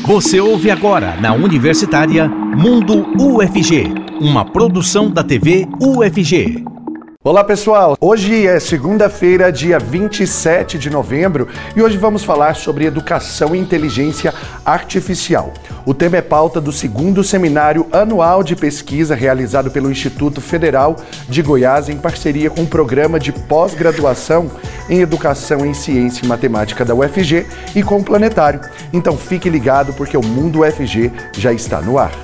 Você ouve agora na Universitária Mundo UFG, uma produção da TV UFG. Olá pessoal, hoje é segunda-feira, dia 27 de novembro e hoje vamos falar sobre educação e inteligência artificial. O tema é pauta do segundo seminário anual de pesquisa realizado pelo Instituto Federal de Goiás em parceria com o programa de pós-graduação em Educação em Ciência e Matemática da UFG e com o Planetário. Então fique ligado porque o Mundo UFG já está no ar.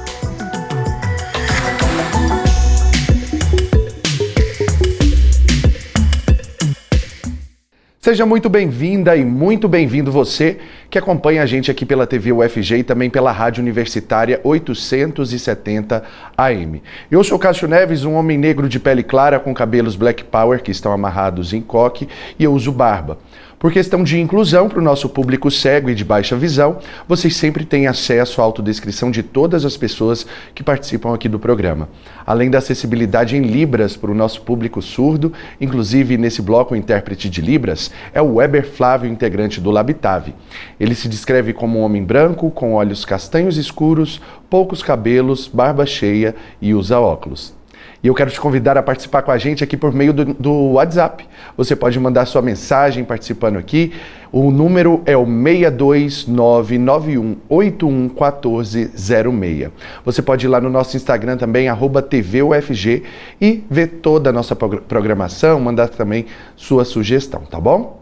Seja muito bem-vinda e muito bem-vindo você que acompanha a gente aqui pela TV UFG e também pela Rádio Universitária 870 AM. Eu sou Cássio Neves, um homem negro de pele clara com cabelos Black Power que estão amarrados em coque e eu uso barba. Por questão de inclusão para o nosso público cego e de baixa visão, vocês sempre têm acesso à autodescrição de todas as pessoas que participam aqui do programa. Além da acessibilidade em Libras para o nosso público surdo, inclusive nesse bloco o intérprete de Libras é o Weber Flávio, integrante do Labitave. Ele se descreve como um homem branco, com olhos castanhos escuros, poucos cabelos, barba cheia e usa óculos. E eu quero te convidar a participar com a gente aqui por meio do WhatsApp. Você pode mandar sua mensagem participando aqui. O número é o 62991811406. Você pode ir lá no nosso Instagram também, @TVUFG, e ver toda a nossa programação, mandar também sua sugestão, tá bom?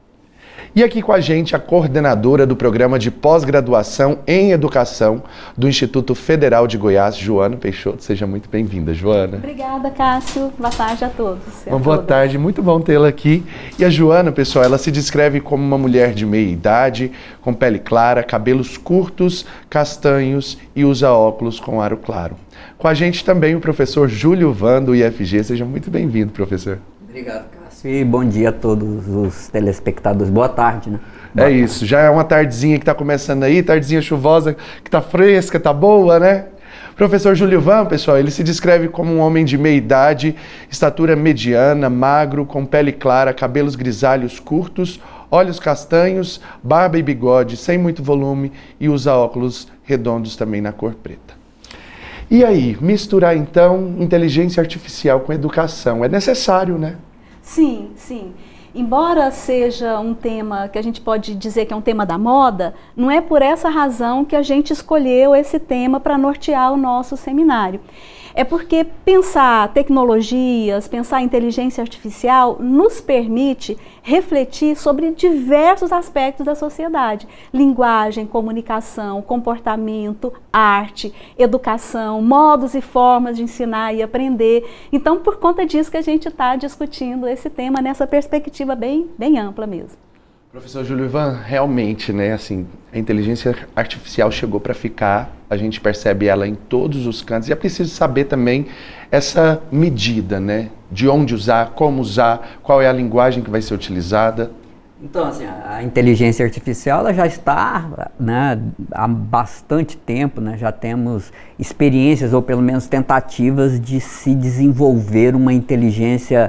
E aqui com a gente a coordenadora do programa de pós-graduação em educação do Instituto Federal de Goiás, Joana Peixoto. Seja muito bem-vinda, Joana. Obrigada, Cássio. Boa tarde a todos. Uma boa tarde, muito bom tê-la aqui. E a Joana, pessoal, ela se descreve como uma mulher de meia idade, com pele clara, cabelos curtos, castanhos e usa óculos com aro claro. Com a gente também o professor Júlio Van, do IFG. Seja muito bem-vindo, professor. Obrigado, Cássio. E bom dia a todos os telespectadores. Boa tarde, né? É isso, já é uma tardezinha que está começando aí, tardezinha chuvosa, que está fresca, está boa, né? Professor Júlio Van, pessoal, ele se descreve como um homem de meia idade, estatura mediana, magro, com pele clara, cabelos grisalhos curtos, olhos castanhos, barba e bigode, sem muito volume e usa óculos redondos também na cor preta. E aí, misturar então inteligência artificial com educação, é necessário, né? Sim, sim. Embora seja um tema que a gente pode dizer que é um tema da moda, não é por essa razão que a gente escolheu esse tema para nortear o nosso seminário. É porque pensar tecnologias, pensar inteligência artificial nos permite refletir sobre diversos aspectos da sociedade. Linguagem, comunicação, comportamento, arte, educação, modos e formas de ensinar e aprender. Então, por conta disso que a gente está discutindo esse tema nessa perspectiva bem ampla mesmo. Professor Júlio Van, realmente, né, assim, a inteligência artificial chegou para ficar, a gente percebe ela em todos os cantos e é preciso saber também essa medida, né, de onde usar, como usar, qual é a linguagem que vai ser utilizada. Então, assim, a inteligência artificial ela já está, né, há bastante tempo, né, já temos experiências ou pelo menos tentativas de se desenvolver uma inteligência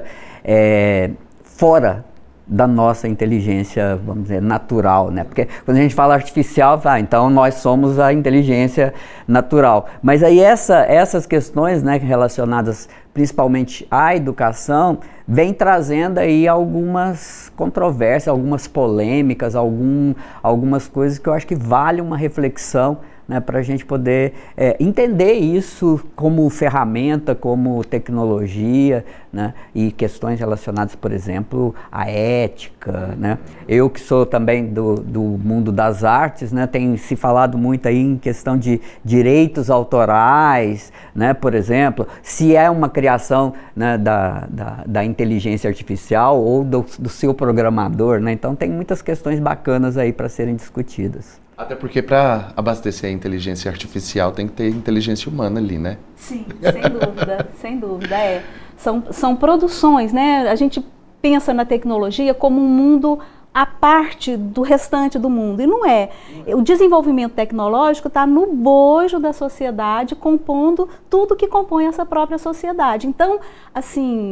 fora da nossa inteligência, vamos dizer, natural, né? Porque quando a gente fala artificial, então nós somos a inteligência natural. Mas aí essas questões, né, relacionadas principalmente à educação, vem trazendo aí algumas controvérsias, algumas polêmicas, algumas coisas que eu acho que vale uma reflexão, né, para a gente poder entender isso como ferramenta, como tecnologia, né, e questões relacionadas, por exemplo, à ética, né. Eu que sou também do mundo das artes, né, tem se falado muito aí em questão de direitos autorais, né, por exemplo, se é uma criação, né, da inteligência artificial ou do seu programador, né, então tem muitas questões bacanas aí para serem discutidas. Até porque para abastecer a inteligência artificial tem que ter inteligência humana ali, né? Sim, sem dúvida, sem dúvida. São produções, né? A gente pensa na tecnologia como um mundo à parte do restante do mundo, e não é. O desenvolvimento tecnológico está no bojo da sociedade, compondo tudo que compõe essa própria sociedade. Então, assim,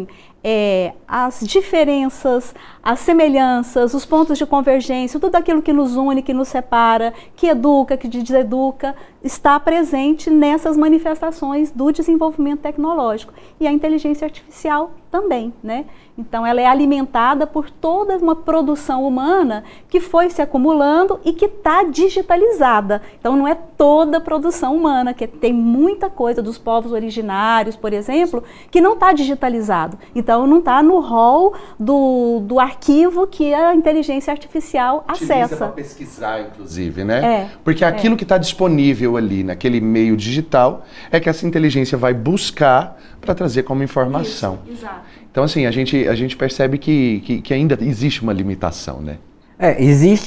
as diferenças, as semelhanças, os pontos de convergência, tudo aquilo que nos une, que nos separa, que educa, que deseduca, está presente nessas manifestações do desenvolvimento tecnológico. E a inteligência artificial também, né? Então, ela é alimentada por toda uma produção humana que foi se acumulando e que está digitalizada. Então, não é toda a produção humana, que tem muita coisa dos povos originários, por exemplo, que não está digitalizado. Então, não está no rol do arquivo que a inteligência artificial acessa. Para pesquisar, inclusive, né? Porque aquilo que está disponível ali naquele meio digital é que essa inteligência vai buscar para trazer como informação. Isso, exato. Então, assim, a gente percebe que ainda existe uma limitação, né? Existe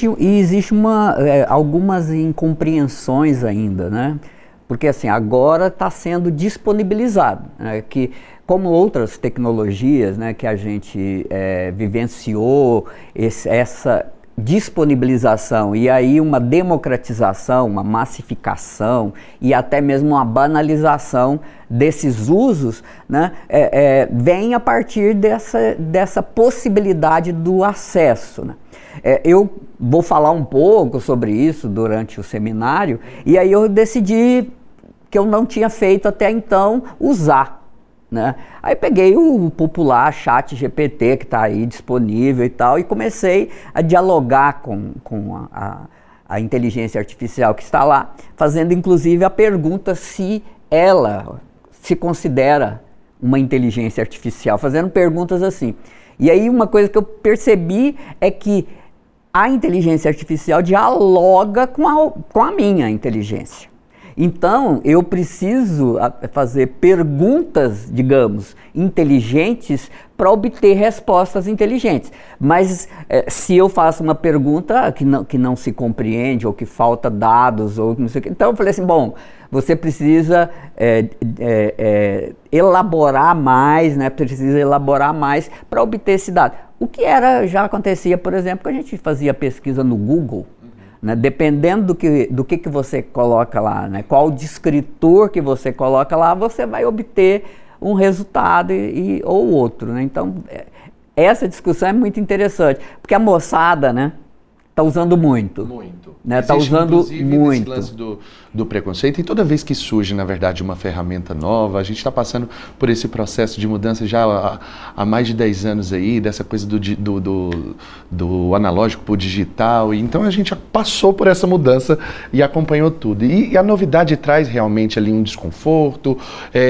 algumas incompreensões ainda, né? Porque, assim, agora está sendo disponibilizado, né? Que, como outras tecnologias, né, que a gente vivenciou, essa disponibilização e aí uma democratização, uma massificação e até mesmo uma banalização desses usos, né, vem a partir dessa possibilidade do acesso, né. Eu vou falar um pouco sobre isso durante o seminário e aí eu decidi que eu não tinha feito até então usar. Né? Aí peguei o popular ChatGPT que está aí disponível e tal e comecei a dialogar com a inteligência artificial que está lá, fazendo inclusive a pergunta se ela se considera uma inteligência artificial, fazendo perguntas assim. E aí uma coisa que eu percebi é que a inteligência artificial dialoga com a minha inteligência. Então, eu preciso fazer perguntas, digamos, inteligentes para obter respostas inteligentes. Mas se eu faço uma pergunta que não se compreende, ou que falta dados, ou não sei o que, então eu falei assim, bom, você precisa elaborar mais, né? Precisa elaborar mais para obter esse dado. O que já acontecia, por exemplo, que a gente fazia pesquisa no Google, né, dependendo do que você coloca lá, né, qual descritor que você coloca lá, você vai obter um resultado ou outro. Né? Então, essa discussão é muito interessante, porque a moçada, né, está usando muito. Muito. Né, está usando muito. Esse lance do preconceito, e toda vez que surge, na verdade, uma ferramenta nova, a gente está passando por esse processo de mudança já há mais de 10 anos aí, dessa coisa do analógico para o digital, e então a gente passou por essa mudança e acompanhou tudo. E a novidade traz realmente ali um desconforto,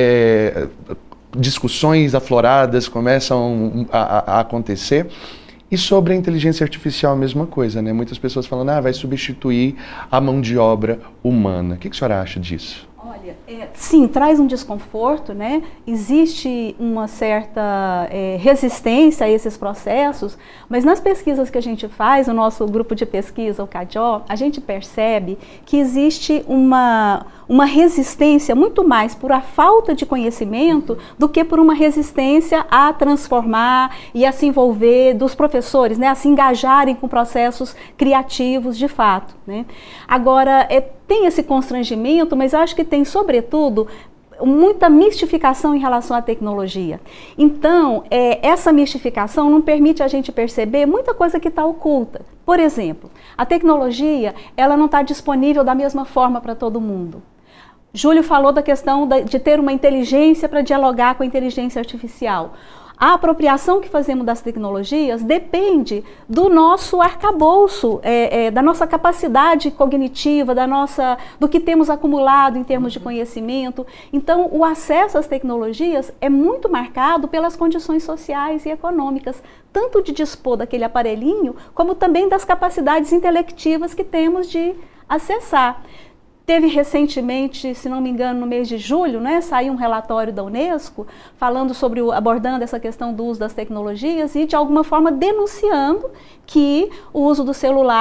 discussões afloradas começam a acontecer. E sobre a inteligência artificial, a mesma coisa, né? Muitas pessoas falando, vai substituir a mão de obra humana. O que a senhora acha disso? Olha, sim, traz um desconforto, né? Existe uma certa resistência a esses processos, mas nas pesquisas que a gente faz, o nosso grupo de pesquisa, o CADIO, a gente percebe que existe uma resistência muito mais por a falta de conhecimento do que por uma resistência a transformar e a se envolver dos professores, né? A se engajarem com processos criativos de fato, né? Agora, tem esse constrangimento, mas eu acho que tem, sobretudo, muita mistificação em relação à tecnologia. Então, essa mistificação não permite a gente perceber muita coisa que está oculta. Por exemplo, a tecnologia, ela não está disponível da mesma forma para todo mundo. Júlio falou da questão de ter uma inteligência para dialogar com a inteligência artificial. A apropriação que fazemos das tecnologias depende do nosso arcabouço, da nossa capacidade cognitiva, do que temos acumulado em termos de conhecimento. Então, o acesso às tecnologias é muito marcado pelas condições sociais e econômicas, tanto de dispor daquele aparelhinho, como também das capacidades intelectivas que temos de acessar. Teve recentemente, se não me engano, no mês de julho, né, saiu um relatório da Unesco abordando essa questão do uso das tecnologias e, de alguma forma, denunciando que o uso do celular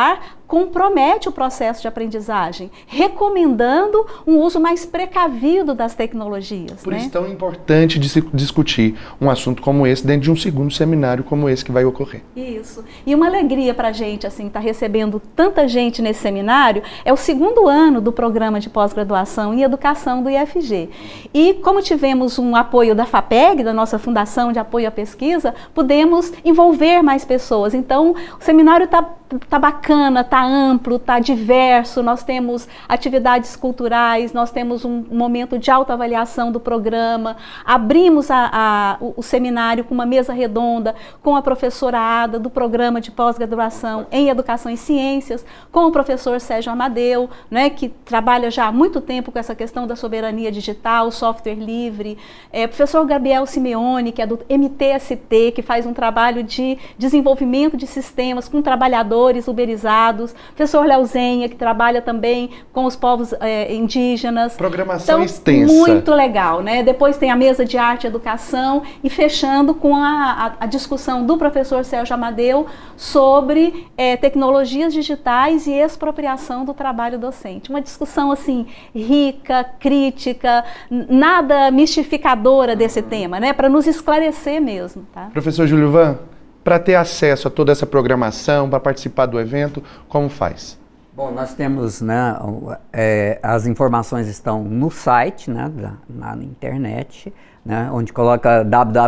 compromete o processo de aprendizagem, recomendando um uso mais precavido das tecnologias. Por isso é tão importante de se discutir um assunto como esse dentro de um segundo seminário como esse que vai ocorrer. Isso. E uma alegria para a gente, assim, estar recebendo tanta gente nesse seminário. É o segundo ano do programa de pós-graduação em educação do IFG. E como tivemos um apoio da FAPEG, da nossa Fundação de Apoio à Pesquisa, pudemos envolver mais pessoas. Então, o seminário está bacana, está amplo, está diverso. Nós temos atividades culturais, nós temos um momento de autoavaliação do programa. Abrimos o seminário com uma mesa redonda com a professora Ada, do programa de pós-graduação em Educação e Ciências, com o professor Sérgio Amadeu, né, que trabalha já há muito tempo com essa questão da soberania digital, software livre. Professor Gabriel Simeone, que é do MTST, que faz um trabalho de desenvolvimento de sistemas com trabalhadores uberizados. Professor Leozenha, que trabalha também com os povos indígenas. Programação então, extensa. Muito legal, né? Depois tem a mesa de arte e educação e fechando com a discussão do professor Sérgio Amadeu sobre tecnologias digitais e expropriação do trabalho docente. Uma discussão assim rica, crítica, nada mistificadora desse tema, né? Para nos esclarecer mesmo, tá? Professor Júlio, para ter acesso a toda essa programação, para participar do evento, como faz? Bom, nós temos, né, as informações estão no site, né, na internet, né, onde coloca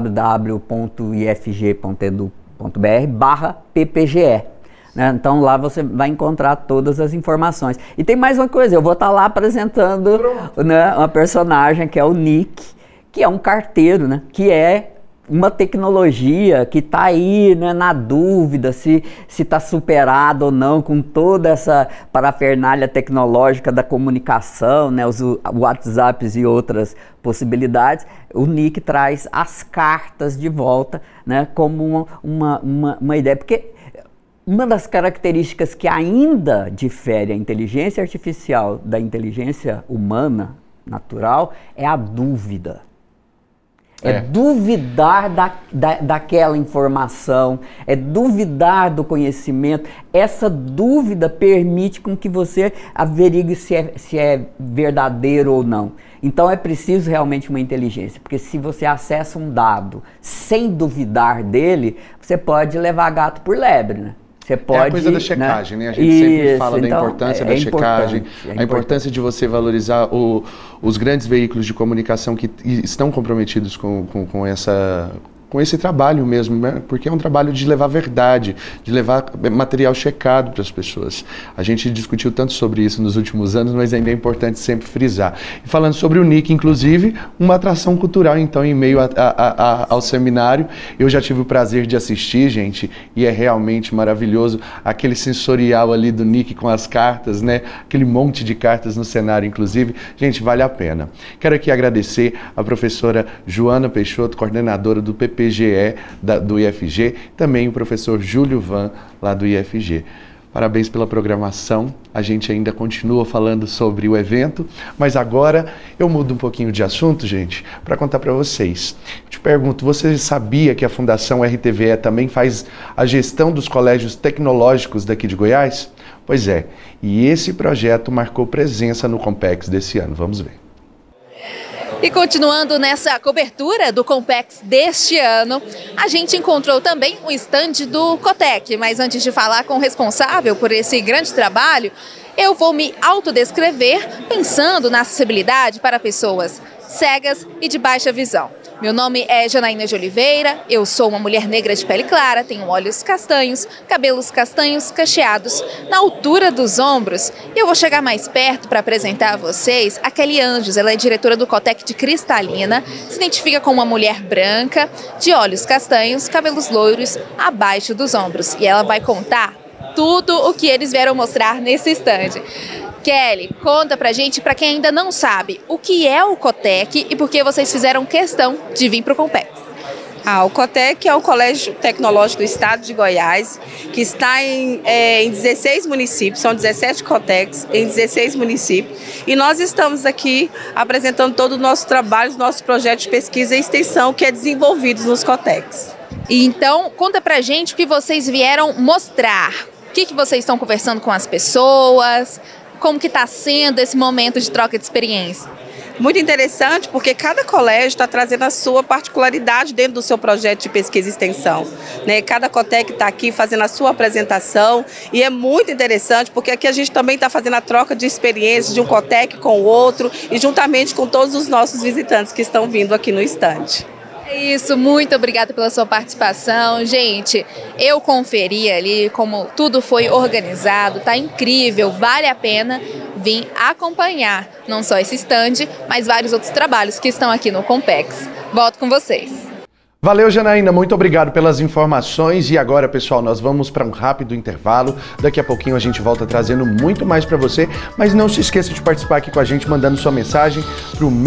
www.ifg.edu.br/ppge. Né, então lá você vai encontrar todas as informações. E tem mais uma coisa, eu vou estar lá apresentando, né, uma personagem que é o Nick, que é um carteiro, né, que é uma tecnologia que está aí, né, na dúvida se está superado ou não com toda essa parafernália tecnológica da comunicação, né, os WhatsApps e outras possibilidades. O Nick traz as cartas de volta, né, como uma ideia, porque uma das características que ainda difere a inteligência artificial da inteligência humana, natural, é a dúvida. É duvidar daquela informação, é duvidar do conhecimento. Essa dúvida permite com que você averigue se é verdadeiro ou não. Então é preciso realmente uma inteligência, porque se você acessa um dado sem duvidar dele, você pode levar gato por lebre, né? Você pode, é a coisa da checagem, né? A gente sempre fala da importância da checagem, a importância de você valorizar os grandes veículos de comunicação que estão comprometidos com esse trabalho mesmo, né? Porque é um trabalho de levar verdade, de levar material checado para as pessoas. A gente discutiu tanto sobre isso nos últimos anos, mas ainda é importante sempre frisar. E falando sobre o Nick, inclusive, uma atração cultural, então, em meio ao seminário. Eu já tive o prazer de assistir, gente, e é realmente maravilhoso. Aquele sensorial ali do Nick com as cartas, né? Aquele monte de cartas no cenário, inclusive. Gente, vale a pena. Quero aqui agradecer a professora Joana Peixoto, coordenadora do PPGE do IFG, também o professor Júlio Van, lá do IFG. Parabéns pela programação. A gente ainda continua falando sobre o evento, mas agora eu mudo um pouquinho de assunto, gente, para contar para vocês. Eu te pergunto, você sabia que a Fundação RTVE também faz a gestão dos colégios tecnológicos daqui de Goiás? Pois é, e esse projeto marcou presença no Compex desse ano. Vamos ver. E continuando nessa cobertura do Compex deste ano, a gente encontrou também o estande do Cotec. Mas antes de falar com o responsável por esse grande trabalho, eu vou me autodescrever pensando na acessibilidade para pessoas cegas e de baixa visão. Meu nome é Janaína de Oliveira, eu sou uma mulher negra de pele clara, tenho olhos castanhos, cabelos castanhos cacheados na altura dos ombros. E eu vou chegar mais perto para apresentar a vocês a Kelly Anjos. Ela é diretora do Cotec de Cristalina, se identifica como uma mulher branca, de olhos castanhos, cabelos loiros, abaixo dos ombros. E ela vai contar tudo o que eles vieram mostrar nesse estande. Kelly, conta pra gente, pra quem ainda não sabe, o que é o Cotec e por que vocês fizeram questão de vir pro Compex. O Cotec é o Colégio Tecnológico do Estado de Goiás, que está em 16 municípios, são 17 Cotecs em 16 municípios. E nós estamos aqui apresentando todo o nosso trabalho, os nossos projetos de pesquisa e extensão que é desenvolvidos nos Cotecs. Então, conta pra gente o que vocês vieram mostrar. O que vocês estão conversando com as pessoas? Como que está sendo esse momento de troca de experiência? Muito interessante, porque cada colégio está trazendo a sua particularidade dentro do seu projeto de pesquisa e extensão, né? Cada COTEC está aqui fazendo a sua apresentação e é muito interessante, porque aqui a gente também está fazendo a troca de experiências de um COTEC com o outro e juntamente com todos os nossos visitantes que estão vindo aqui no estande. É isso, muito obrigada pela sua participação. Gente, eu conferi ali como tudo foi organizado, tá incrível, vale a pena vir acompanhar não só esse stand, mas vários outros trabalhos que estão aqui no Compex. Volto com vocês. Valeu, Janaína, muito obrigado pelas informações. E agora, pessoal, nós vamos para um rápido intervalo. Daqui a pouquinho a gente volta trazendo muito mais para você, mas não se esqueça de participar aqui com a gente, mandando sua mensagem para o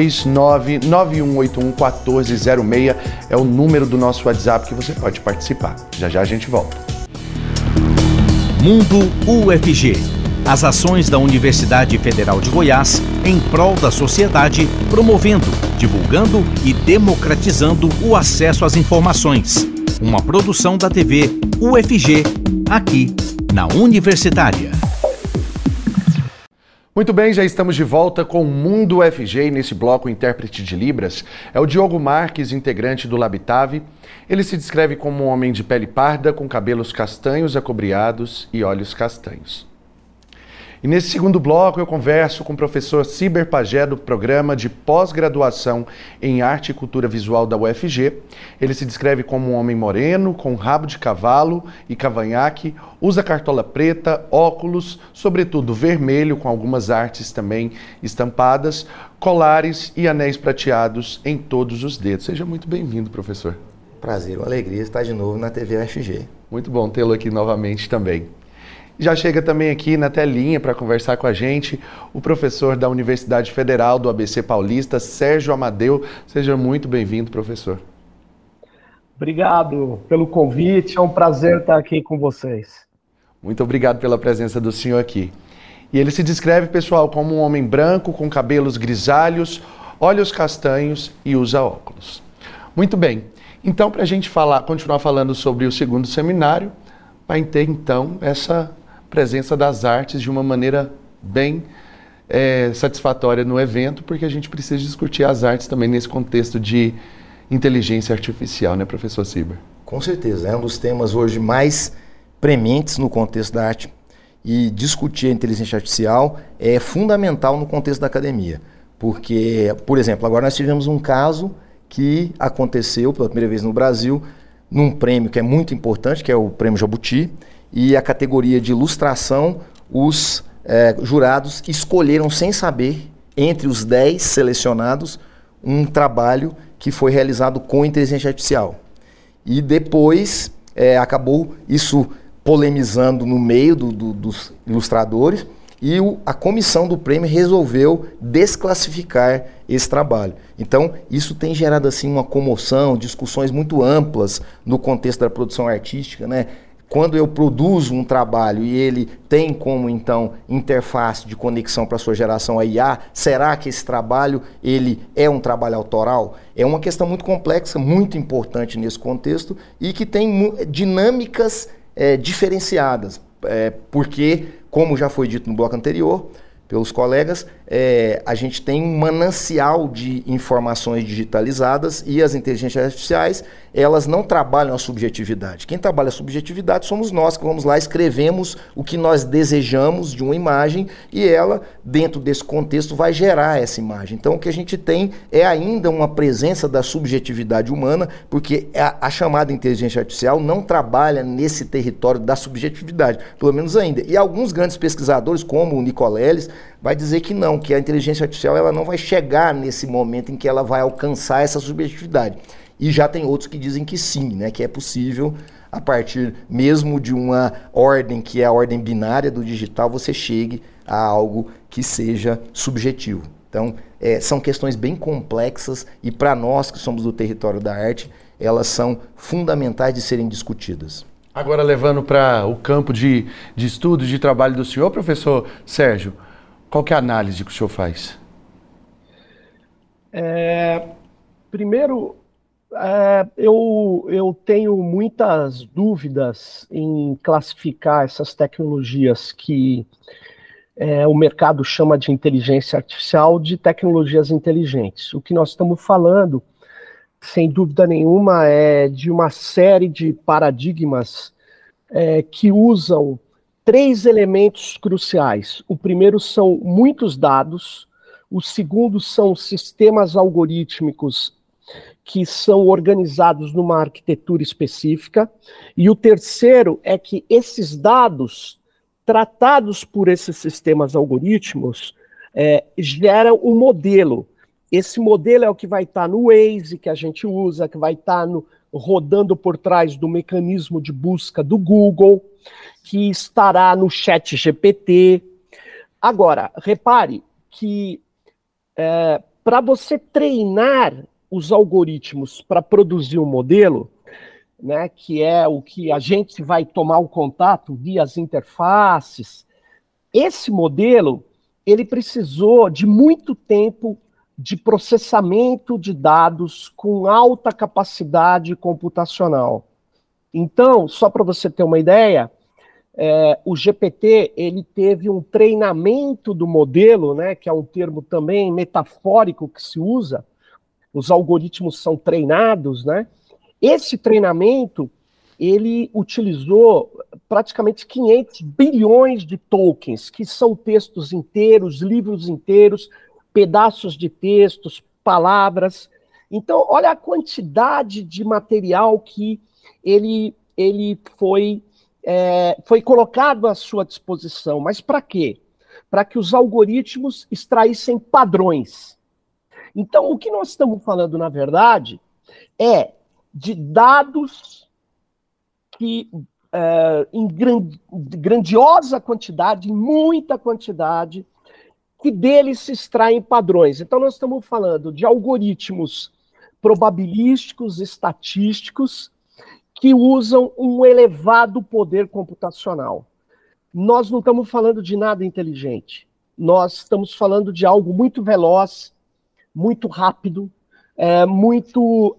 629-9181-1406. É o número do nosso WhatsApp que você pode participar. Já já a gente volta. Mundo UFG. As ações da Universidade Federal de Goiás em prol da sociedade, promovendo, divulgando e democratizando o acesso às informações. Uma produção da TV UFG, aqui na Universitária. Muito bem, já estamos de volta com o Mundo UFG e nesse bloco o intérprete de Libras é o Diogo Marques, integrante do Labitave. Ele se descreve como um homem de pele parda, com cabelos castanhos acobreados e olhos castanhos. E nesse segundo bloco eu converso com o professor Ciber Pagé do Programa de Pós-Graduação em Arte e Cultura Visual da UFG. Ele se descreve como um homem moreno, com rabo de cavalo e cavanhaque, usa cartola preta, óculos, sobretudo vermelho, com algumas artes também estampadas, colares e anéis prateados em todos os dedos. Seja muito bem-vindo, professor. Prazer, uma alegria estar de novo na TV UFG. Muito bom tê-lo aqui novamente também. Já chega também aqui na telinha para conversar com a gente o professor da Universidade Federal do ABC Paulista, Sérgio Amadeu. Seja muito bem-vindo, professor. Obrigado pelo convite, é um prazer estar aqui com vocês. Muito obrigado pela presença do senhor aqui. E ele se descreve, pessoal, como um homem branco, com cabelos grisalhos, olhos castanhos e usa óculos. Muito bem, então para a gente continuar falando sobre o segundo seminário, vai ter então essa presença das artes de uma maneira bem satisfatória no evento, porque a gente precisa discutir as artes também nesse contexto de inteligência artificial, né, professor Ciber? Com certeza, é um dos temas hoje mais prementes no contexto da arte, e discutir a inteligência artificial é fundamental no contexto da academia, porque, por exemplo, agora nós tivemos um caso que aconteceu pela primeira vez no Brasil, num prêmio que é muito importante, que é o Prêmio Jabuti, e a categoria de ilustração, os jurados escolheram sem saber, entre os 10 selecionados, um trabalho que foi realizado com inteligência artificial. E depois acabou isso polemizando no meio dos ilustradores, e a comissão do prêmio resolveu desclassificar esse trabalho. Então, isso tem gerado assim uma comoção, discussões muito amplas no contexto da produção artística, né? Quando eu produzo um trabalho e ele tem como, então, interface de conexão para a sua geração a IA, será que esse trabalho ele é um trabalho autoral? É uma questão muito complexa, muito importante nesse contexto e que tem dinâmicas diferenciadas, porque, como já foi dito no bloco anterior, pelos colegas, a gente tem um manancial de informações digitalizadas e as inteligências artificiais, elas não trabalham a subjetividade. Quem trabalha a subjetividade somos nós, que vamos lá, escrevemos o que nós desejamos de uma imagem e ela, dentro desse contexto, vai gerar essa imagem. Então, o que a gente tem é ainda uma presença da subjetividade humana, porque a chamada inteligência artificial não trabalha nesse território da subjetividade, pelo menos ainda. E alguns grandes pesquisadores, como o Nicoleles, vai dizer que não, que a inteligência artificial ela não vai chegar nesse momento em que ela vai alcançar essa subjetividade. E já tem outros que dizem que sim, né, que é possível, a partir mesmo de uma ordem que é a ordem binária do digital, você chegue a algo que seja subjetivo. Então, são questões bem complexas e para nós que somos do território da arte, elas são fundamentais de serem discutidas. Agora, levando para o campo de estudo, de trabalho do senhor, professor Sérgio, qual que é a análise que o senhor faz? Primeiro, Eu tenho muitas dúvidas em classificar essas tecnologias que o mercado chama de inteligência artificial de tecnologias inteligentes. O que nós estamos falando, sem dúvida nenhuma, é de uma série de paradigmas que usam 3 elementos cruciais. O primeiro são muitos dados, o segundo são sistemas algorítmicos que são organizados numa arquitetura específica, e o terceiro é que esses dados, tratados por esses sistemas algorítmicos, geram um modelo. Esse modelo é o que vai estar no Waze, que a gente usa, que vai estar rodando por trás do mecanismo de busca do Google, que estará no ChatGPT. Agora, repare que para você treinar os algoritmos para produzir um modelo, né, que é o que a gente vai tomar o contato via as interfaces, esse modelo, ele precisou de muito tempo de processamento de dados com alta capacidade computacional. Então, só para você ter uma ideia, o GPT, ele teve um treinamento do modelo, né, que é um termo também metafórico que se usa. Os algoritmos são treinados, né? Esse treinamento, ele utilizou praticamente 500 bilhões de tokens, que são textos inteiros, livros inteiros, pedaços de textos, palavras. Então, olha a quantidade de material que ele foi colocado à sua disposição. Mas para quê? Para que os algoritmos extraíssem padrões. Então, o que nós estamos falando, na verdade, é de dados que, em grandiosa quantidade, em muita quantidade, que deles se extraem padrões. Então, nós estamos falando de algoritmos probabilísticos, estatísticos, que usam um elevado poder computacional. Nós não estamos falando de nada inteligente. Nós estamos falando de algo muito veloz, muito rápido, muito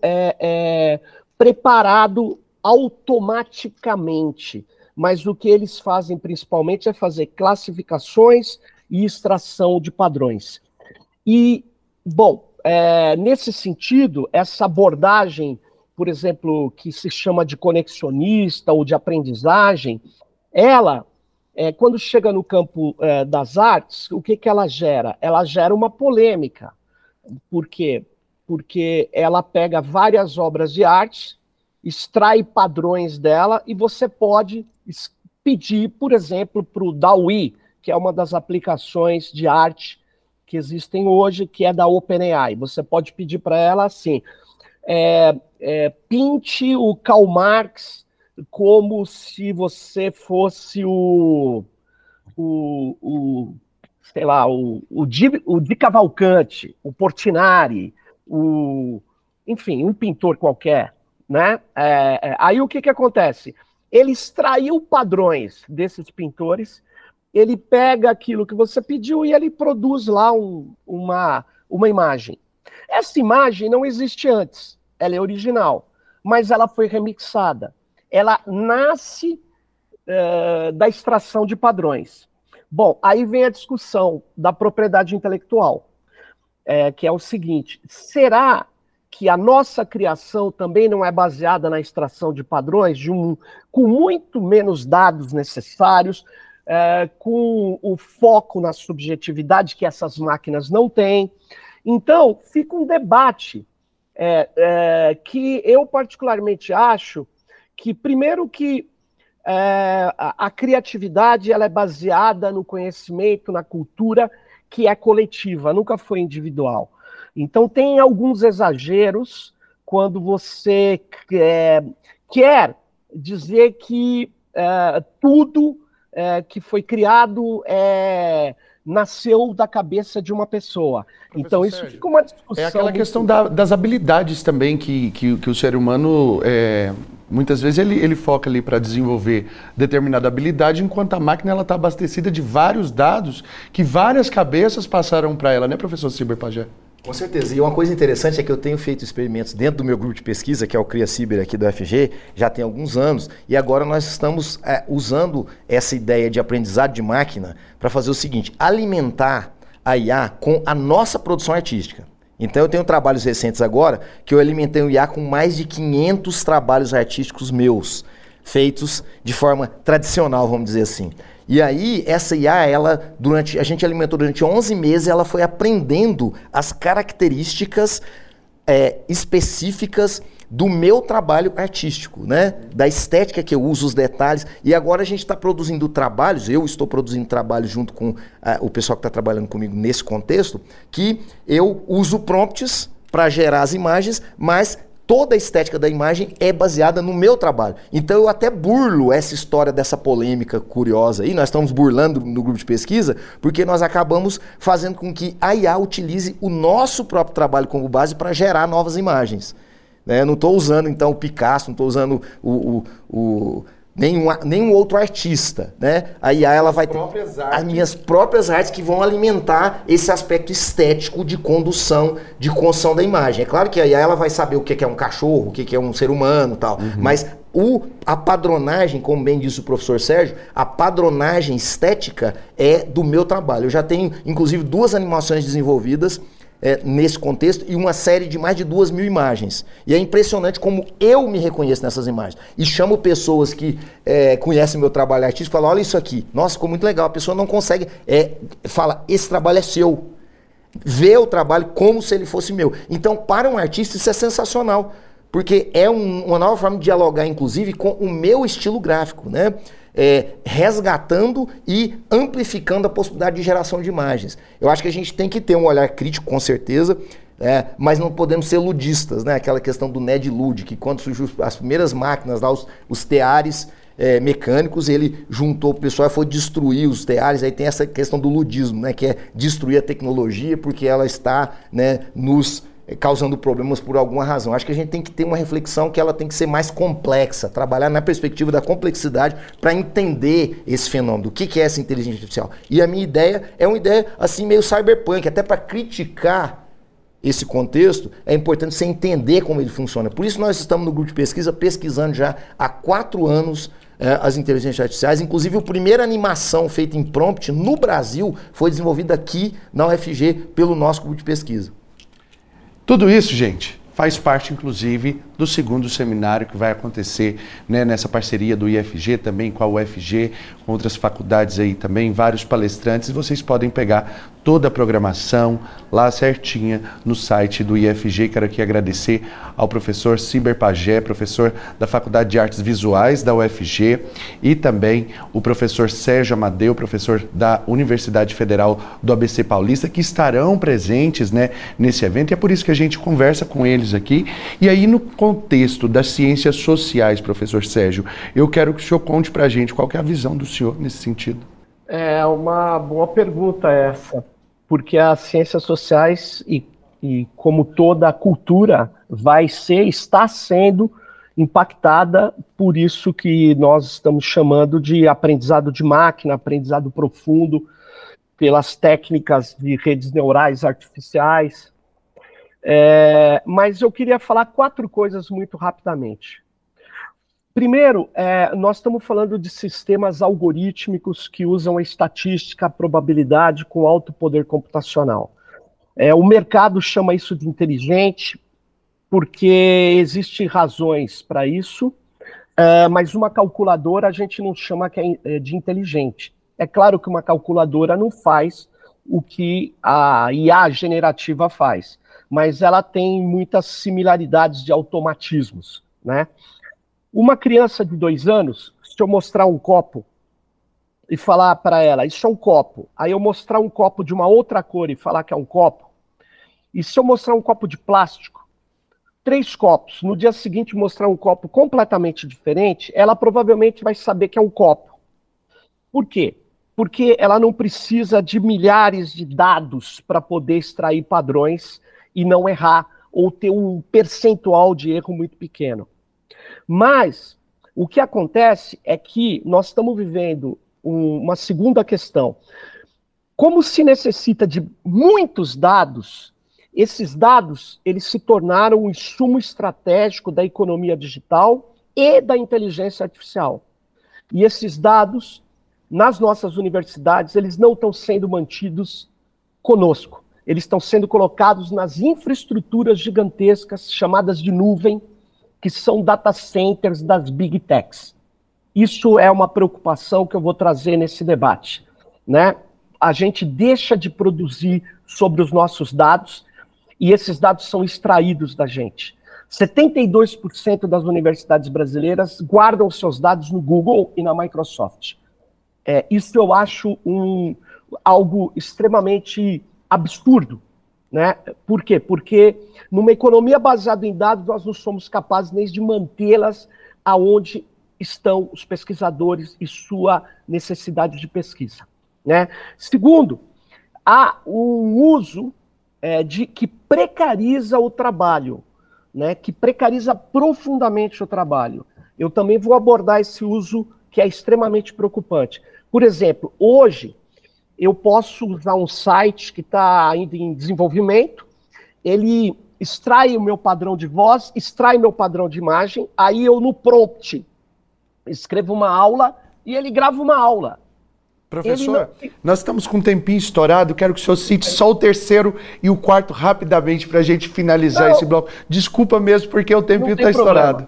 preparado automaticamente. Mas o que eles fazem principalmente é fazer classificações e extração de padrões. E, bom, nesse sentido, essa abordagem, por exemplo, que se chama de conexionista ou de aprendizagem, ela, quando chega no campo das artes, o que ela gera? Ela gera uma polêmica. Por quê? Porque ela pega várias obras de arte, extrai padrões dela e você pode pedir, por exemplo, para o DALL-E, que é uma das aplicações de arte que existem hoje, que é da OpenAI. Você pode pedir para ela assim, pinte o Karl Marx como se você fosse o Di Cavalcanti, o Portinari, enfim, um pintor qualquer, né? Aí o que acontece? Ele extraiu padrões desses pintores, ele pega aquilo que você pediu e ele produz lá uma imagem. Essa imagem não existe antes, ela é original, mas ela foi remixada. Ela nasce da extração de padrões. Bom, aí vem a discussão da propriedade intelectual, que é o seguinte: será que a nossa criação também não é baseada na extração de padrões, com muito menos dados necessários, com o foco na subjetividade que essas máquinas não têm? Então, fica um debate que eu particularmente acho que, primeiro, que a criatividade ela é baseada no conhecimento, na cultura, que é coletiva, nunca foi individual. Então tem alguns exageros quando você quer dizer que tudo que foi criado nasceu da cabeça de uma pessoa. Professor então isso Sérgio, fica uma discussão. É aquela questão das habilidades também que o ser humano... muitas vezes ele foca ali para desenvolver determinada habilidade, enquanto a máquina está abastecida de vários dados que várias cabeças passaram para ela, né, professor Ciber Pajé? Com certeza. E uma coisa interessante é que eu tenho feito experimentos dentro do meu grupo de pesquisa, que é o CriaCiber aqui do UFG, já tem alguns anos, e agora nós estamos usando essa ideia de aprendizado de máquina para fazer o seguinte, alimentar a IA com a nossa produção artística. Então eu tenho trabalhos recentes agora que eu alimentei o IA com mais de 500 trabalhos artísticos meus, feitos de forma tradicional, vamos dizer assim. E aí, essa IA, a gente alimentou durante 11 meses, ela foi aprendendo as características específicas do meu trabalho artístico, né? Da estética que eu uso, os detalhes. E agora a gente está produzindo trabalhos, eu estou produzindo trabalhos junto com o pessoal que está trabalhando comigo nesse contexto, que eu uso prompts para gerar as imagens, mas toda a estética da imagem é baseada no meu trabalho. Então eu até burlo essa história dessa polêmica curiosa aí, nós estamos burlando no grupo de pesquisa, porque nós acabamos fazendo com que a IA utilize o nosso próprio trabalho como base para gerar novas imagens. Não estou usando então o Picasso, não estou usando nenhum outro artista, né? A IA ela vai ter as minhas próprias artes que vão alimentar esse aspecto estético de condução, de construção da imagem. É claro que a IA ela vai saber o que é um cachorro, o que é um ser humano, tal. Mas a padronagem, como bem disse o professor Sérgio, a padronagem estética é do meu trabalho. Eu já tenho, inclusive, 2 animações desenvolvidas nesse contexto e uma série de mais de 2.000 imagens. E é impressionante como eu me reconheço nessas imagens. E chamo pessoas que conhecem meu trabalho artístico e falam, olha isso aqui. Nossa, ficou muito legal. A pessoa não consegue... fala, esse trabalho é seu. Vê o trabalho como se ele fosse meu. Então, para um artista, isso é sensacional. Porque é uma nova forma de dialogar, inclusive, com o meu estilo gráfico, né? Resgatando e amplificando a possibilidade de geração de imagens. Eu acho que a gente tem que ter um olhar crítico, com certeza, mas não podemos ser ludistas, né? Aquela questão do Ned Lud, que quando surgiu as primeiras máquinas, lá, os teares mecânicos, ele juntou o pessoal e foi destruir os teares. Aí tem essa questão do ludismo, né? Que é destruir a tecnologia porque ela está, né, nos causando problemas por alguma razão. Acho que a gente tem que ter uma reflexão que ela tem que ser mais complexa, trabalhar na perspectiva da complexidade para entender esse fenômeno, o que é essa inteligência artificial. E a minha ideia é uma ideia assim meio cyberpunk, até para criticar esse contexto, é importante você entender como ele funciona. Por isso nós estamos no grupo de pesquisa pesquisando já há 4 anos as inteligências artificiais. Inclusive, a primeira animação feita em prompt no Brasil foi desenvolvida aqui na UFG pelo nosso grupo de pesquisa. Tudo isso, gente, faz parte, inclusive, do segundo seminário que vai acontecer, né, nessa parceria do IFG também com a UFG, com outras faculdades aí também, vários palestrantes. Vocês podem pegar toda a programação lá certinha no site do IFG. Quero aqui agradecer ao professor Ciber Pagé, professor da Faculdade de Artes Visuais da UFG, e também o professor Sérgio Amadeu, professor da Universidade Federal do ABC Paulista, que estarão presentes, né, nesse evento. E é por isso que a gente conversa com eles aqui. E aí, no contexto das ciências sociais, professor Sérgio, eu quero que o senhor conte para a gente qual que é a visão do senhor nesse sentido. É uma boa pergunta essa, porque as ciências sociais e como toda a cultura está sendo impactada por isso que nós estamos chamando de aprendizado de máquina, aprendizado profundo, pelas técnicas de redes neurais artificiais. Mas eu queria falar 4 coisas muito rapidamente. Primeiro, nós estamos falando de sistemas algorítmicos que usam a estatística, a probabilidade com alto poder computacional. O mercado chama isso de inteligente, porque existem razões para isso, mas uma calculadora a gente não chama de inteligente. É claro que uma calculadora não faz o que a IA generativa faz, mas ela tem muitas similaridades de automatismos, né? Uma criança de 2 anos, se eu mostrar um copo e falar para ela, isso é um copo, aí eu mostrar um copo de uma outra cor e falar que é um copo, e se eu mostrar um copo de plástico, 3 copos, no dia seguinte mostrar um copo completamente diferente, ela provavelmente vai saber que é um copo. Por quê? Porque ela não precisa de milhares de dados para poder extrair padrões e não errar, ou ter um percentual de erro muito pequeno. Mas o que acontece é que nós estamos vivendo uma segunda questão. Como se necessita de muitos dados, Esses dados, eles se tornaram um insumo estratégico da economia digital e da inteligência artificial. E esses dados, nas nossas universidades, eles não estão sendo mantidos conosco. Eles estão sendo colocados nas infraestruturas gigantescas, chamadas de nuvem, que são data centers das big techs. Isso é uma preocupação que eu vou trazer nesse debate, né? A gente deixa de produzir sobre os nossos dados e esses dados são extraídos da gente. 72% das universidades brasileiras guardam seus dados no Google e na Microsoft. Isso eu acho algo extremamente absurdo, né? Por quê? Porque numa economia baseada em dados, nós não somos capazes nem de mantê-las aonde estão os pesquisadores e sua necessidade de pesquisa, né? Segundo, há um uso que precariza o trabalho, né? Que precariza profundamente o trabalho. Eu também vou abordar esse uso que é extremamente preocupante. Por exemplo, hoje eu posso usar um site que está ainda em desenvolvimento, ele extrai o meu padrão de voz, extrai meu padrão de imagem, aí eu no prompt escrevo uma aula e ele grava uma aula. Professor, nós estamos com um tempinho estourado, quero que o senhor cite só o terceiro e o quarto rapidamente para a gente finalizar esse bloco. Desculpa mesmo, porque o tempinho está estourado.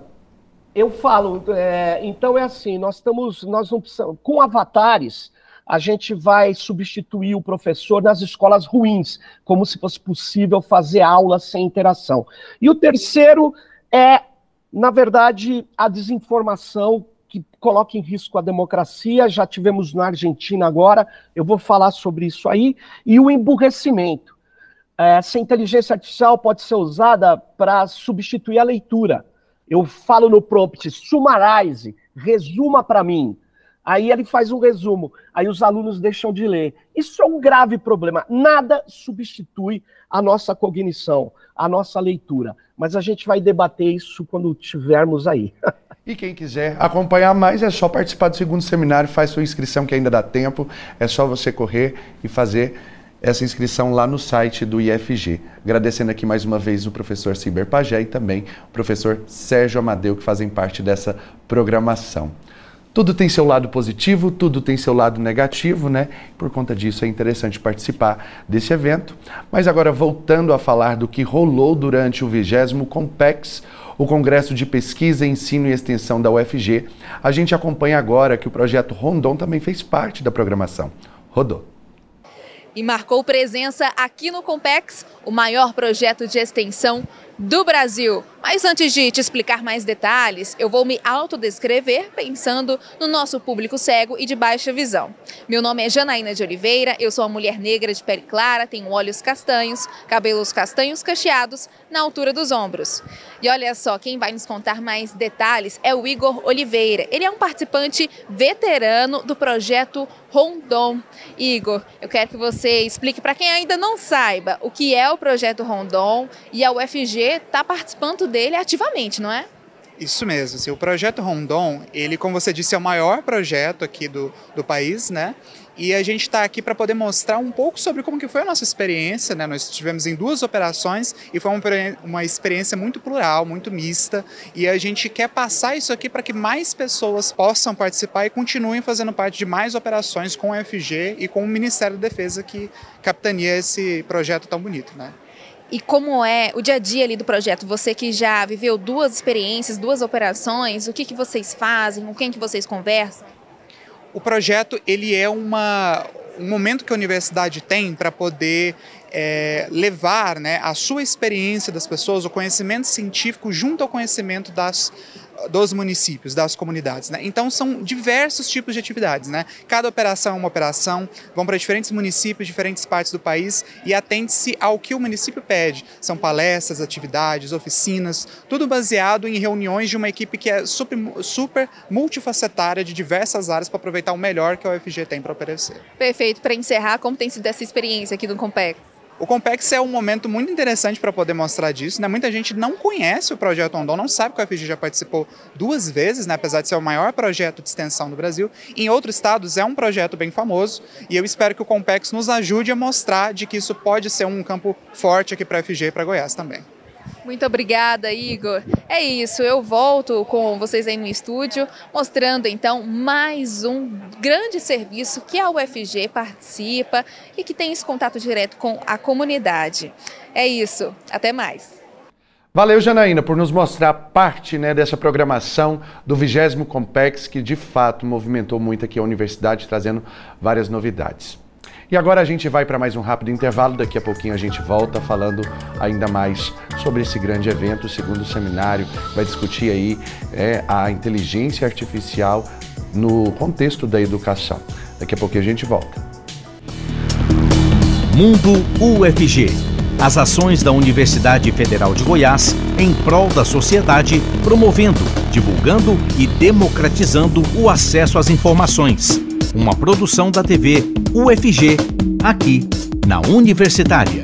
Eu falo, então é assim, nós não precisamos, com avatares, a gente vai substituir o professor nas escolas ruins, como se fosse possível fazer aula sem interação. E o terceiro é, na verdade, a desinformação que coloca em risco a democracia, já tivemos na Argentina agora, eu vou falar sobre isso aí, e o emburrecimento. Essa inteligência artificial pode ser usada para substituir a leitura. Eu falo no prompt, summarize, resuma para mim. Aí ele faz um resumo, aí os alunos deixam de ler. Isso é um grave problema. Nada substitui a nossa cognição, a nossa leitura. Mas a gente vai debater isso quando estivermos aí. E quem quiser acompanhar mais, é só participar do segundo seminário, faz sua inscrição que ainda dá tempo, é só você correr e fazer essa inscrição lá no site do IFG. Agradecendo aqui mais uma vez o professor Ciber Pagé e também o professor Sérgio Amadeu, que fazem parte dessa programação. Tudo tem seu lado positivo, tudo tem seu lado negativo, né? Por conta disso é interessante participar desse evento. Mas agora voltando a falar do que rolou durante o 20º Compex, o Congresso de Pesquisa, Ensino e Extensão da UFG, a gente acompanha agora que o projeto Rondon também fez parte da programação. Rodou. E marcou presença aqui no Compex, o maior projeto de extensão do Brasil. Mas antes de te explicar mais detalhes, eu vou me autodescrever pensando no nosso público cego e de baixa visão. Meu nome é Janaína de Oliveira, eu sou uma mulher negra de pele clara, tenho olhos castanhos, cabelos castanhos cacheados na altura dos ombros. E olha só, quem vai nos contar mais detalhes é o Igor Oliveira. Ele é um participante veterano do projeto Rondon. Igor, eu quero que você explique para quem ainda não saiba o que é o projeto Rondon, e a UFG está participando dele ativamente, não é? Isso mesmo, assim, o projeto Rondon, ele, como você disse, é o maior projeto aqui do país, né? E a gente está aqui para poder mostrar um pouco sobre como que foi a nossa experiência, né? Nós estivemos em 2 operações e foi uma experiência muito plural, muito mista, e a gente quer passar isso aqui para que mais pessoas possam participar e continuem fazendo parte de mais operações com o UFG e com o Ministério da Defesa, que capitania esse projeto tão bonito, né? E como é o dia a dia ali do projeto? Você que já viveu 2 experiências, 2 operações, o que vocês fazem, com quem que vocês conversam? O projeto, ele é um momento que a universidade tem para poder levar, né, a sua experiência das pessoas, o conhecimento científico junto ao conhecimento dos municípios, das comunidades, né? Então são diversos tipos de atividades, né? Cada operação é uma operação, vão para diferentes municípios, diferentes partes do país e atende-se ao que o município pede. São palestras, atividades, oficinas, tudo baseado em reuniões de uma equipe que é super multifacetária de diversas áreas para aproveitar o melhor que a UFG tem para oferecer. Perfeito. Para encerrar, como tem sido essa experiência aqui no Compex? O Compex é um momento muito interessante para poder mostrar disso, né? Muita gente não conhece o projeto Rondon, não sabe que o UFG já participou 2 vezes, né? Apesar de ser o maior projeto de extensão do Brasil. Em outros estados é um projeto bem famoso e eu espero que o Compex nos ajude a mostrar de que isso pode ser um campo forte aqui para a UFG e para Goiás também. Muito obrigada, Igor. É isso, eu volto com vocês aí no estúdio, mostrando então mais um grande serviço que a UFG participa e que tem esse contato direto com a comunidade. É isso, até mais. Valeu, Janaína, por nos mostrar parte, né, dessa programação do 20º Compex, que de fato movimentou muito aqui a universidade, trazendo várias novidades. E agora a gente vai para mais um rápido intervalo, daqui a pouquinho a gente volta falando ainda mais sobre esse grande evento, o segundo seminário, vai discutir aí a inteligência artificial no contexto da educação. Daqui a pouquinho a gente volta. Mundo UFG. As ações da Universidade Federal de Goiás em prol da sociedade, promovendo, divulgando e democratizando o acesso às informações. Uma produção da TV UFG, aqui na Universitária.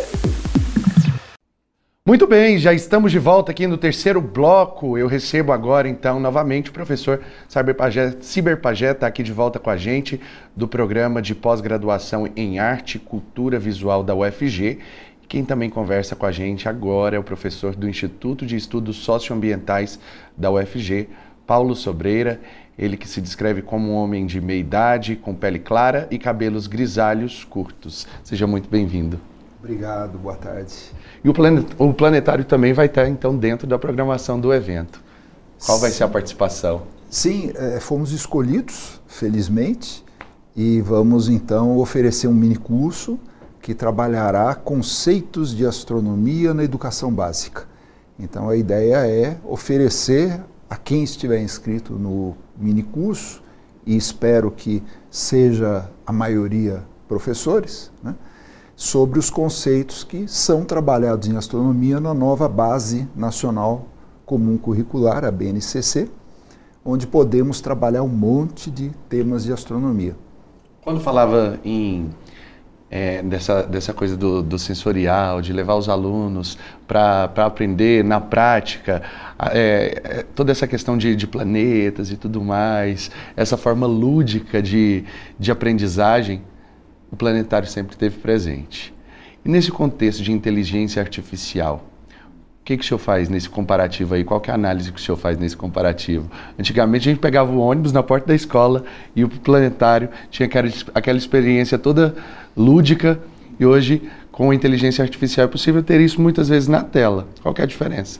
Muito bem, já estamos de volta aqui no terceiro bloco. Eu recebo agora, então, novamente o professor Ciber Pagé, está aqui de volta com a gente, do programa de pós-graduação em Arte e Cultura Visual da UFG. Quem também conversa com a gente agora é o professor do Instituto de Estudos Socioambientais da UFG, Paulo Sobreira. Ele que se descreve como um homem de meia idade, com pele clara e cabelos grisalhos curtos. Seja muito bem-vindo. Obrigado, boa tarde. E o planetário também vai estar, então, dentro da programação do evento. Qual vai ser a participação? Sim, fomos escolhidos, felizmente, e vamos, então, oferecer um minicurso que trabalhará conceitos de astronomia na educação básica. Então, a ideia é oferecer a quem estiver inscrito no minicurso, e espero que seja a maioria professores, né, sobre os conceitos que são trabalhados em astronomia na nova Base Nacional Comum Curricular, a BNCC, onde podemos trabalhar um monte de temas de astronomia. Quando falava dessa coisa do sensorial, de levar os alunos para aprender na prática, toda essa questão de planetas e tudo mais, essa forma lúdica de aprendizagem, o planetário sempre esteve presente. E nesse contexto de inteligência artificial, o que o senhor faz nesse comparativo aí? Qual que é a análise que o senhor faz nesse comparativo? Antigamente a gente pegava o ônibus na porta da escola e o planetário tinha aquela experiência toda lúdica, e hoje com a inteligência artificial é possível ter isso muitas vezes na tela. Qual que é a diferença?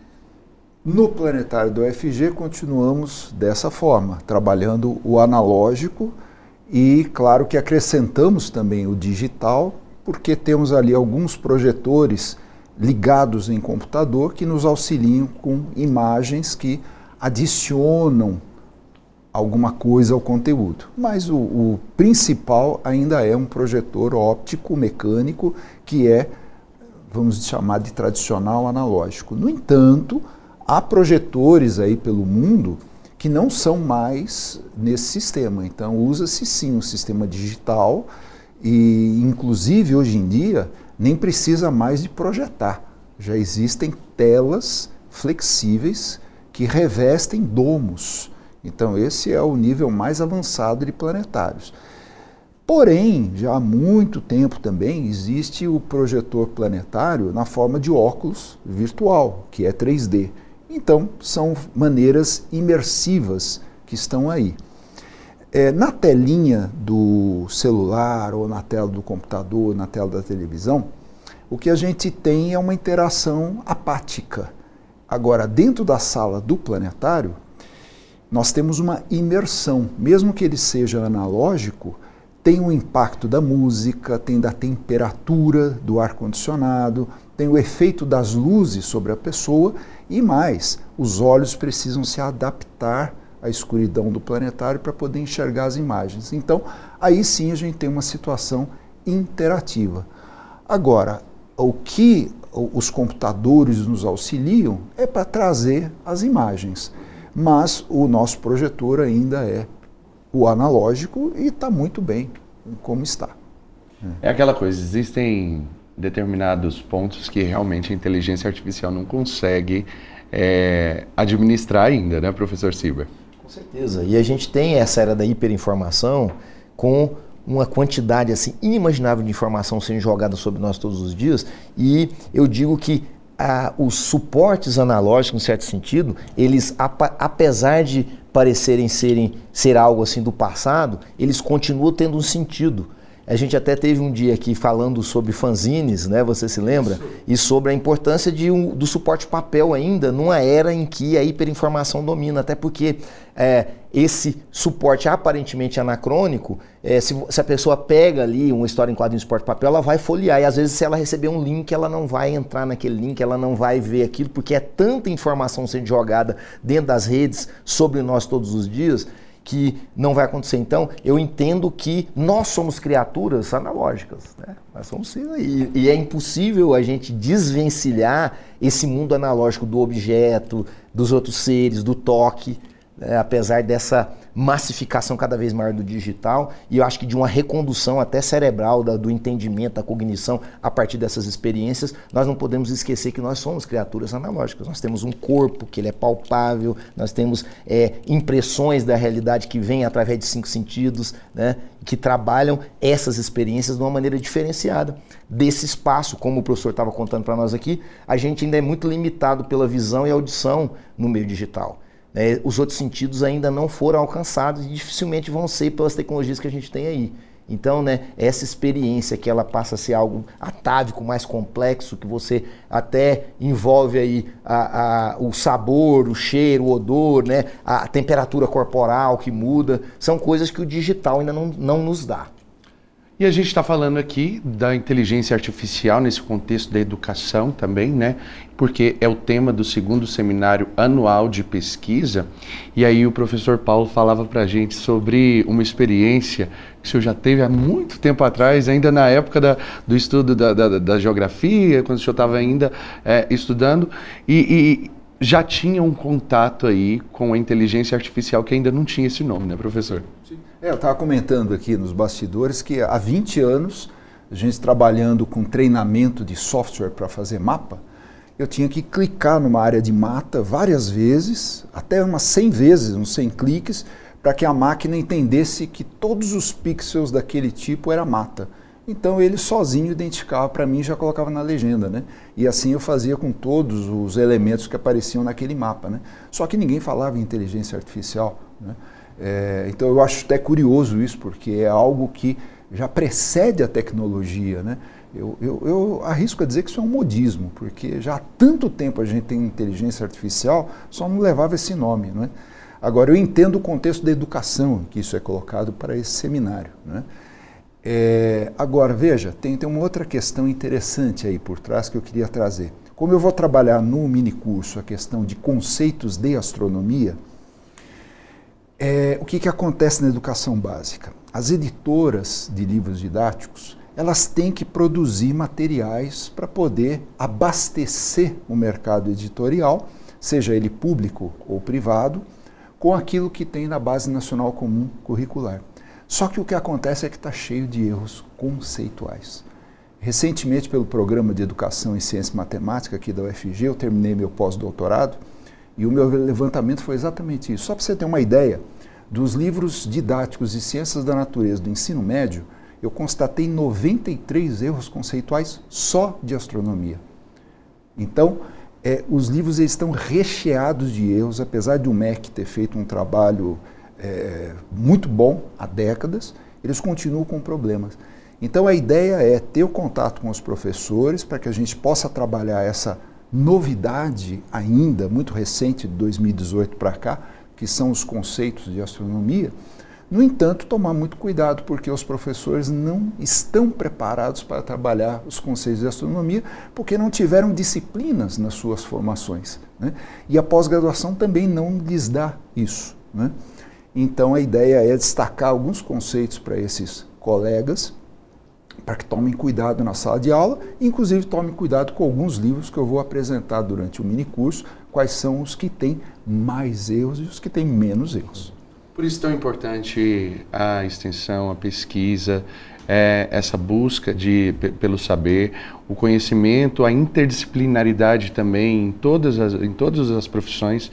No planetário do UFG continuamos dessa forma, trabalhando o analógico e claro que acrescentamos também o digital, porque temos ali alguns projetores ligados em computador que nos auxiliam com imagens que adicionam alguma coisa ao conteúdo. Mas o principal ainda é um projetor óptico mecânico que é, vamos chamar de tradicional analógico. No entanto, há projetores aí pelo mundo que não são mais nesse sistema. Então usa-se sim um sistema digital e inclusive hoje em dia nem precisa mais de projetar. Já existem telas flexíveis que revestem domos. Então esse é o nível mais avançado de planetários. Porém, já há muito tempo também existe o projetor planetário na forma de óculos virtual, que é 3D. Então são maneiras imersivas que estão aí. Na telinha do celular, ou na tela do computador, na tela da televisão, o que a gente tem é uma interação apática. Agora, dentro da sala do planetário, nós temos uma imersão. Mesmo que ele seja analógico, tem o impacto da música, tem da temperatura do ar-condicionado, tem o efeito das luzes sobre a pessoa e mais, os olhos precisam se adaptar à escuridão do planetário para poder enxergar as imagens. Então, aí sim a gente tem uma situação interativa. Agora, o que os computadores nos auxiliam é para trazer as imagens, mas o nosso projetor ainda é o analógico e está muito bem como está. É aquela coisa, existem determinados pontos que realmente a inteligência artificial não consegue administrar ainda, né, professor Silber? Com certeza. E a gente tem essa era da hiperinformação com uma quantidade assim inimaginável de informação sendo jogada sobre nós todos os dias, e eu digo que os suportes analógicos, em certo sentido, eles, apesar de parecerem ser algo assim do passado, eles continuam tendo um sentido. A gente até teve um dia aqui falando sobre fanzines, né? Você se lembra? Isso. E sobre a importância do suporte papel ainda, numa era em que a hiperinformação domina, até porque esse suporte aparentemente anacrônico, se a pessoa pega ali uma história em quadrinho de suporte papel, ela vai folhear, e às vezes se ela receber um link, ela não vai entrar naquele link, ela não vai ver aquilo, porque é tanta informação sendo jogada dentro das redes sobre nós todos os dias, que não vai acontecer. Então, eu entendo que nós somos criaturas analógicas, né? Nós somos, e é impossível a gente desvencilhar esse mundo analógico do objeto, dos outros seres, do toque, né? Apesar dessa massificação cada vez maior do digital, e eu acho que de uma recondução até cerebral do entendimento, da cognição a partir dessas experiências, nós não podemos esquecer que nós somos criaturas analógicas. Nós temos um corpo que ele é palpável, nós temos impressões da realidade que vêm através de 5 sentidos, né, que trabalham essas experiências de uma maneira diferenciada. Desse espaço, como o professor estava contando para nós aqui, a gente ainda é muito limitado pela visão e audição no meio digital. Os outros sentidos ainda não foram alcançados e dificilmente vão ser pelas tecnologias que a gente tem aí. Então, né, essa experiência que ela passa a ser algo atávico, mais complexo, que você até envolve aí o sabor, o cheiro, o odor, né, a temperatura corporal que muda, são coisas que o digital ainda não nos dá. E a gente está falando aqui da inteligência artificial nesse contexto da educação também, né? Porque é o tema do 2º seminário anual de pesquisa. E aí o professor Paulo falava para a gente sobre uma experiência que o senhor já teve há muito tempo atrás, ainda na época do estudo da geografia, quando o senhor estava ainda estudando, e já tinha um contato aí com a inteligência artificial que ainda não tinha esse nome, né, professor? Sim. Eu estava comentando aqui nos bastidores que há 20 anos, a gente trabalhando com treinamento de software para fazer mapa, eu tinha que clicar numa área de mata várias vezes, até umas 100 vezes, uns 100 cliques, para que a máquina entendesse que todos os pixels daquele tipo era mata. Então ele sozinho identificava para mim e já colocava na legenda, né? E assim eu fazia com todos os elementos que apareciam naquele mapa, né? Só que ninguém falava em inteligência artificial, né? Então eu acho até curioso isso, porque é algo que já precede a tecnologia, né? Eu arrisco a dizer que isso é um modismo, porque já há tanto tempo a gente tem inteligência artificial, só não levava esse nome, né? Agora eu entendo o contexto da educação que isso é colocado para esse seminário, né? Agora veja, tem uma outra questão interessante aí por trás que eu queria trazer. Como eu vou trabalhar no minicurso a questão de conceitos de astronomia, o que acontece na educação básica? As editoras de livros didáticos, elas têm que produzir materiais para poder abastecer o mercado editorial, seja ele público ou privado, com aquilo que tem na Base Nacional Comum Curricular. Só que o que acontece é que está cheio de erros conceituais. Recentemente, pelo Programa de Educação em Ciência e Matemática aqui da UFG, eu terminei meu pós-doutorado, e o meu levantamento foi exatamente isso. Só para você ter uma ideia, dos livros didáticos de Ciências da Natureza do ensino médio, eu constatei 93 erros conceituais só de astronomia. Então, os livros eles estão recheados de erros, apesar de o MEC ter feito um trabalho muito bom há décadas, eles continuam com problemas. Então, a ideia é ter o contato com os professores para que a gente possa trabalhar essa novidade ainda muito recente, de 2018 para cá, que são os conceitos de astronomia. No entanto, tomar muito cuidado, porque os professores não estão preparados para trabalhar os conceitos de astronomia, porque não tiveram disciplinas nas suas formações, né? E a pós-graduação também não lhes dá isso, né? Então, a ideia é destacar alguns conceitos para esses colegas, para que tomem cuidado na sala de aula, inclusive tomem cuidado com alguns livros que eu vou apresentar durante o minicurso, quais são os que têm mais erros e os que têm menos erros. Por isso tão importante a extensão, a pesquisa, essa busca pelo saber, o conhecimento, a interdisciplinaridade também em todas as profissões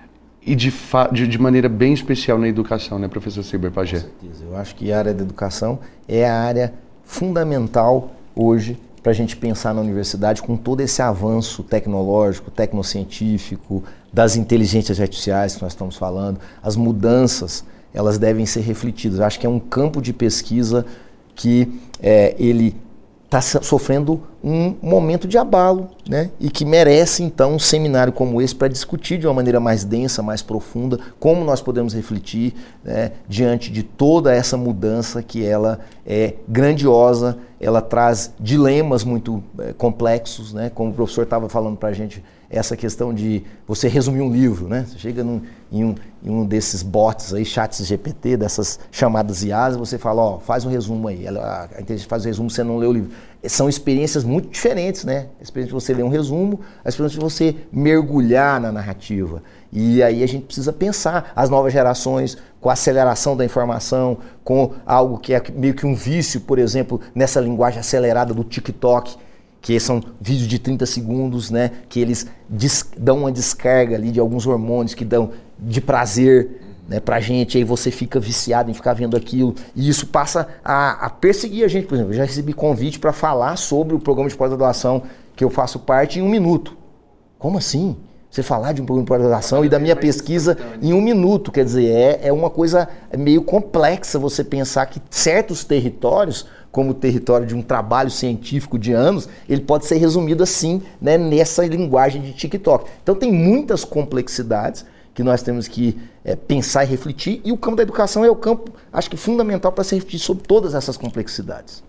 e de maneira bem especial na educação, né, professor Ciber Pagé? Com certeza. Eu acho que a área da educação é a área fundamental hoje para a gente pensar na universidade com todo esse avanço tecnológico, tecnocientífico, das inteligências artificiais que nós estamos falando, as mudanças, elas devem ser refletidas. Eu acho que é um campo de pesquisa que ele está sofrendo um momento de abalo, né? E que merece, então, um seminário como esse para discutir de uma maneira mais densa, mais profunda, como nós podemos refletir, né, diante de toda essa mudança que ela é grandiosa, ela traz dilemas muito complexos, né? Como o professor estava falando para a gente, essa questão de você resumir um livro, né? Você chega em um desses bots aí, chats GPT, dessas chamadas IAs, você fala, ó, faz um resumo aí. A inteligência faz o resumo, você não leu o livro. São experiências muito diferentes, né? A experiência de você ler um resumo, a experiência de você mergulhar na narrativa. E aí a gente precisa pensar as novas gerações com a aceleração da informação, com algo que é meio que um vício, por exemplo, nessa linguagem acelerada do TikTok, que são vídeos de 30 segundos, né, que eles dão uma descarga ali de alguns hormônios que dão de prazer, né, pra gente, aí você fica viciado em ficar vendo aquilo, e isso passa a perseguir a gente. Por exemplo, eu já recebi convite para falar sobre o programa de pós-graduação que eu faço parte em 1 minuto. Como assim? Você falar de um programa de pós-graduação e da minha pesquisa em 1 minuto, quer dizer, é uma coisa meio complexa você pensar que certos territórios, como o território de um trabalho científico de anos, ele pode ser resumido assim, né, nessa linguagem de TikTok. Então tem muitas complexidades que nós temos que pensar e refletir, e o campo da educação é o campo, acho que fundamental para se refletir sobre todas essas complexidades.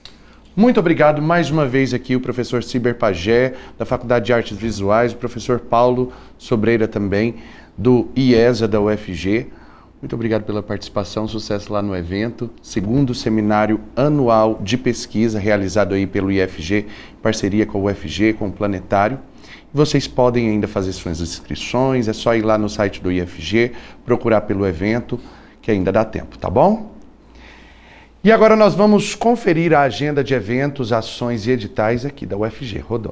Muito obrigado mais uma vez aqui o professor Ciber Pagé, da Faculdade de Artes Visuais, o professor Paulo Sobreira também, do IESA da UFG. Muito obrigado pela participação, sucesso lá no evento, segundo seminário anual de pesquisa realizado aí pelo IFG, em parceria com o UFG, com o Planetário. Vocês podem ainda fazer suas inscrições, é só ir lá no site do IFG, procurar pelo evento, que ainda dá tempo, tá bom? E agora nós vamos conferir a agenda de eventos, ações e editais aqui da UFG. Rodou.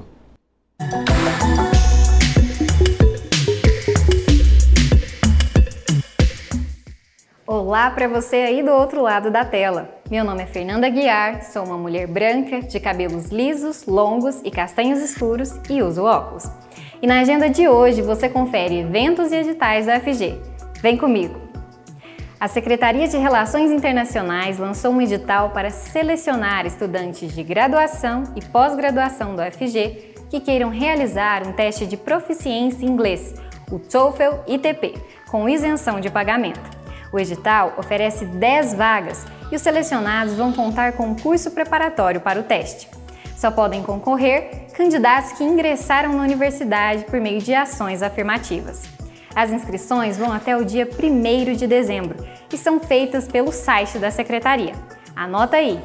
Olá para você aí do outro lado da tela. Meu nome é Fernanda Guiar, sou uma mulher branca, de cabelos lisos, longos e castanhos escuros e uso óculos. E na agenda de hoje você confere eventos e editais da UFG. Vem comigo! A Secretaria de Relações Internacionais lançou um edital para selecionar estudantes de graduação e pós-graduação da UFG que queiram realizar um teste de proficiência em inglês, o TOEFL ITP, com isenção de pagamento. O edital oferece 10 vagas e os selecionados vão contar com um curso preparatório para o teste. Só podem concorrer candidatos que ingressaram na universidade por meio de ações afirmativas. As inscrições vão até o dia 1º de dezembro e são feitas pelo site da Secretaria. Anota aí,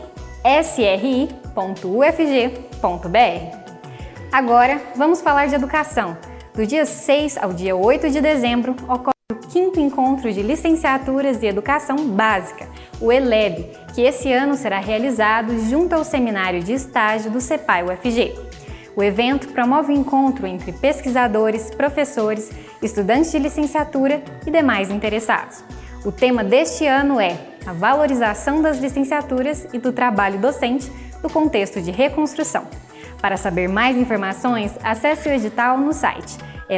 sri.ufg.br. Agora, vamos falar de educação. Do dia 6 ao dia 8 de dezembro, ocorre o 5º Encontro de Licenciaturas e Educação Básica, o ELEB, que esse ano será realizado junto ao Seminário de Estágio do CEPAI-UFG. O evento promove o encontro entre pesquisadores, professores, estudantes de licenciatura e demais interessados. O tema deste ano é a valorização das licenciaturas e do trabalho docente no contexto de reconstrução. Para saber mais informações, acesse o edital no site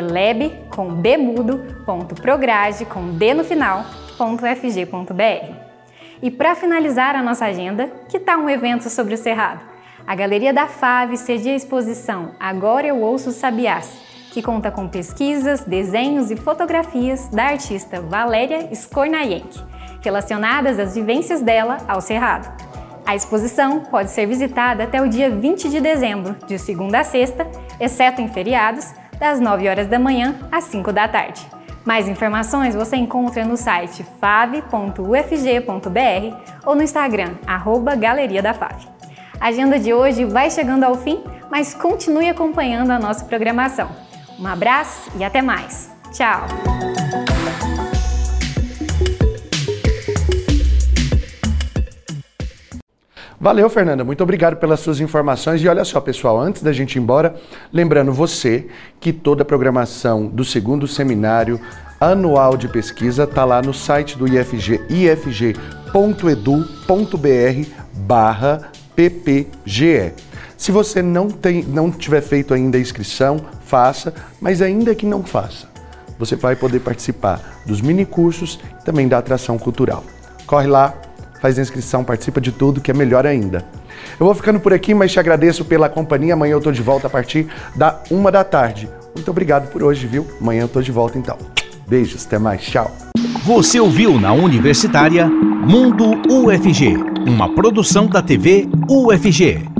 eleb.prograde.ufg.br. E para finalizar a nossa agenda, que tal um evento sobre o Cerrado? A Galeria da FAV cedia a exposição Agora Eu Ouço Sabiás, que conta com pesquisas, desenhos e fotografias da artista Valéria Skornajenk, relacionadas às vivências dela ao Cerrado. A exposição pode ser visitada até o dia 20 de dezembro, de segunda a sexta, exceto em feriados, das 9 horas da manhã às 5 da tarde. Mais informações você encontra no site fav.ufg.br ou no Instagram, @Galeria da FAV. A agenda de hoje vai chegando ao fim, mas continue acompanhando a nossa programação. Um abraço e até mais. Tchau! Valeu, Fernanda. Muito obrigado pelas suas informações. E olha só, pessoal, antes da gente ir embora, lembrando você que toda a programação do segundo seminário anual de pesquisa está lá no site do IFG, ifg.edu.br/ppge. Se você não tiver feito ainda a inscrição, faça, mas ainda que não faça, você vai poder participar dos minicursos e também da atração cultural. Corre lá, faz a inscrição, participa de tudo, que é melhor ainda. Eu vou ficando por aqui, mas te agradeço pela companhia. Amanhã eu tô de volta a partir da 1 da tarde. Muito obrigado por hoje, viu? Amanhã eu tô de volta então. Beijos, até mais, tchau. Você ouviu na Universitária Mundo UFG, uma produção da TV UFG.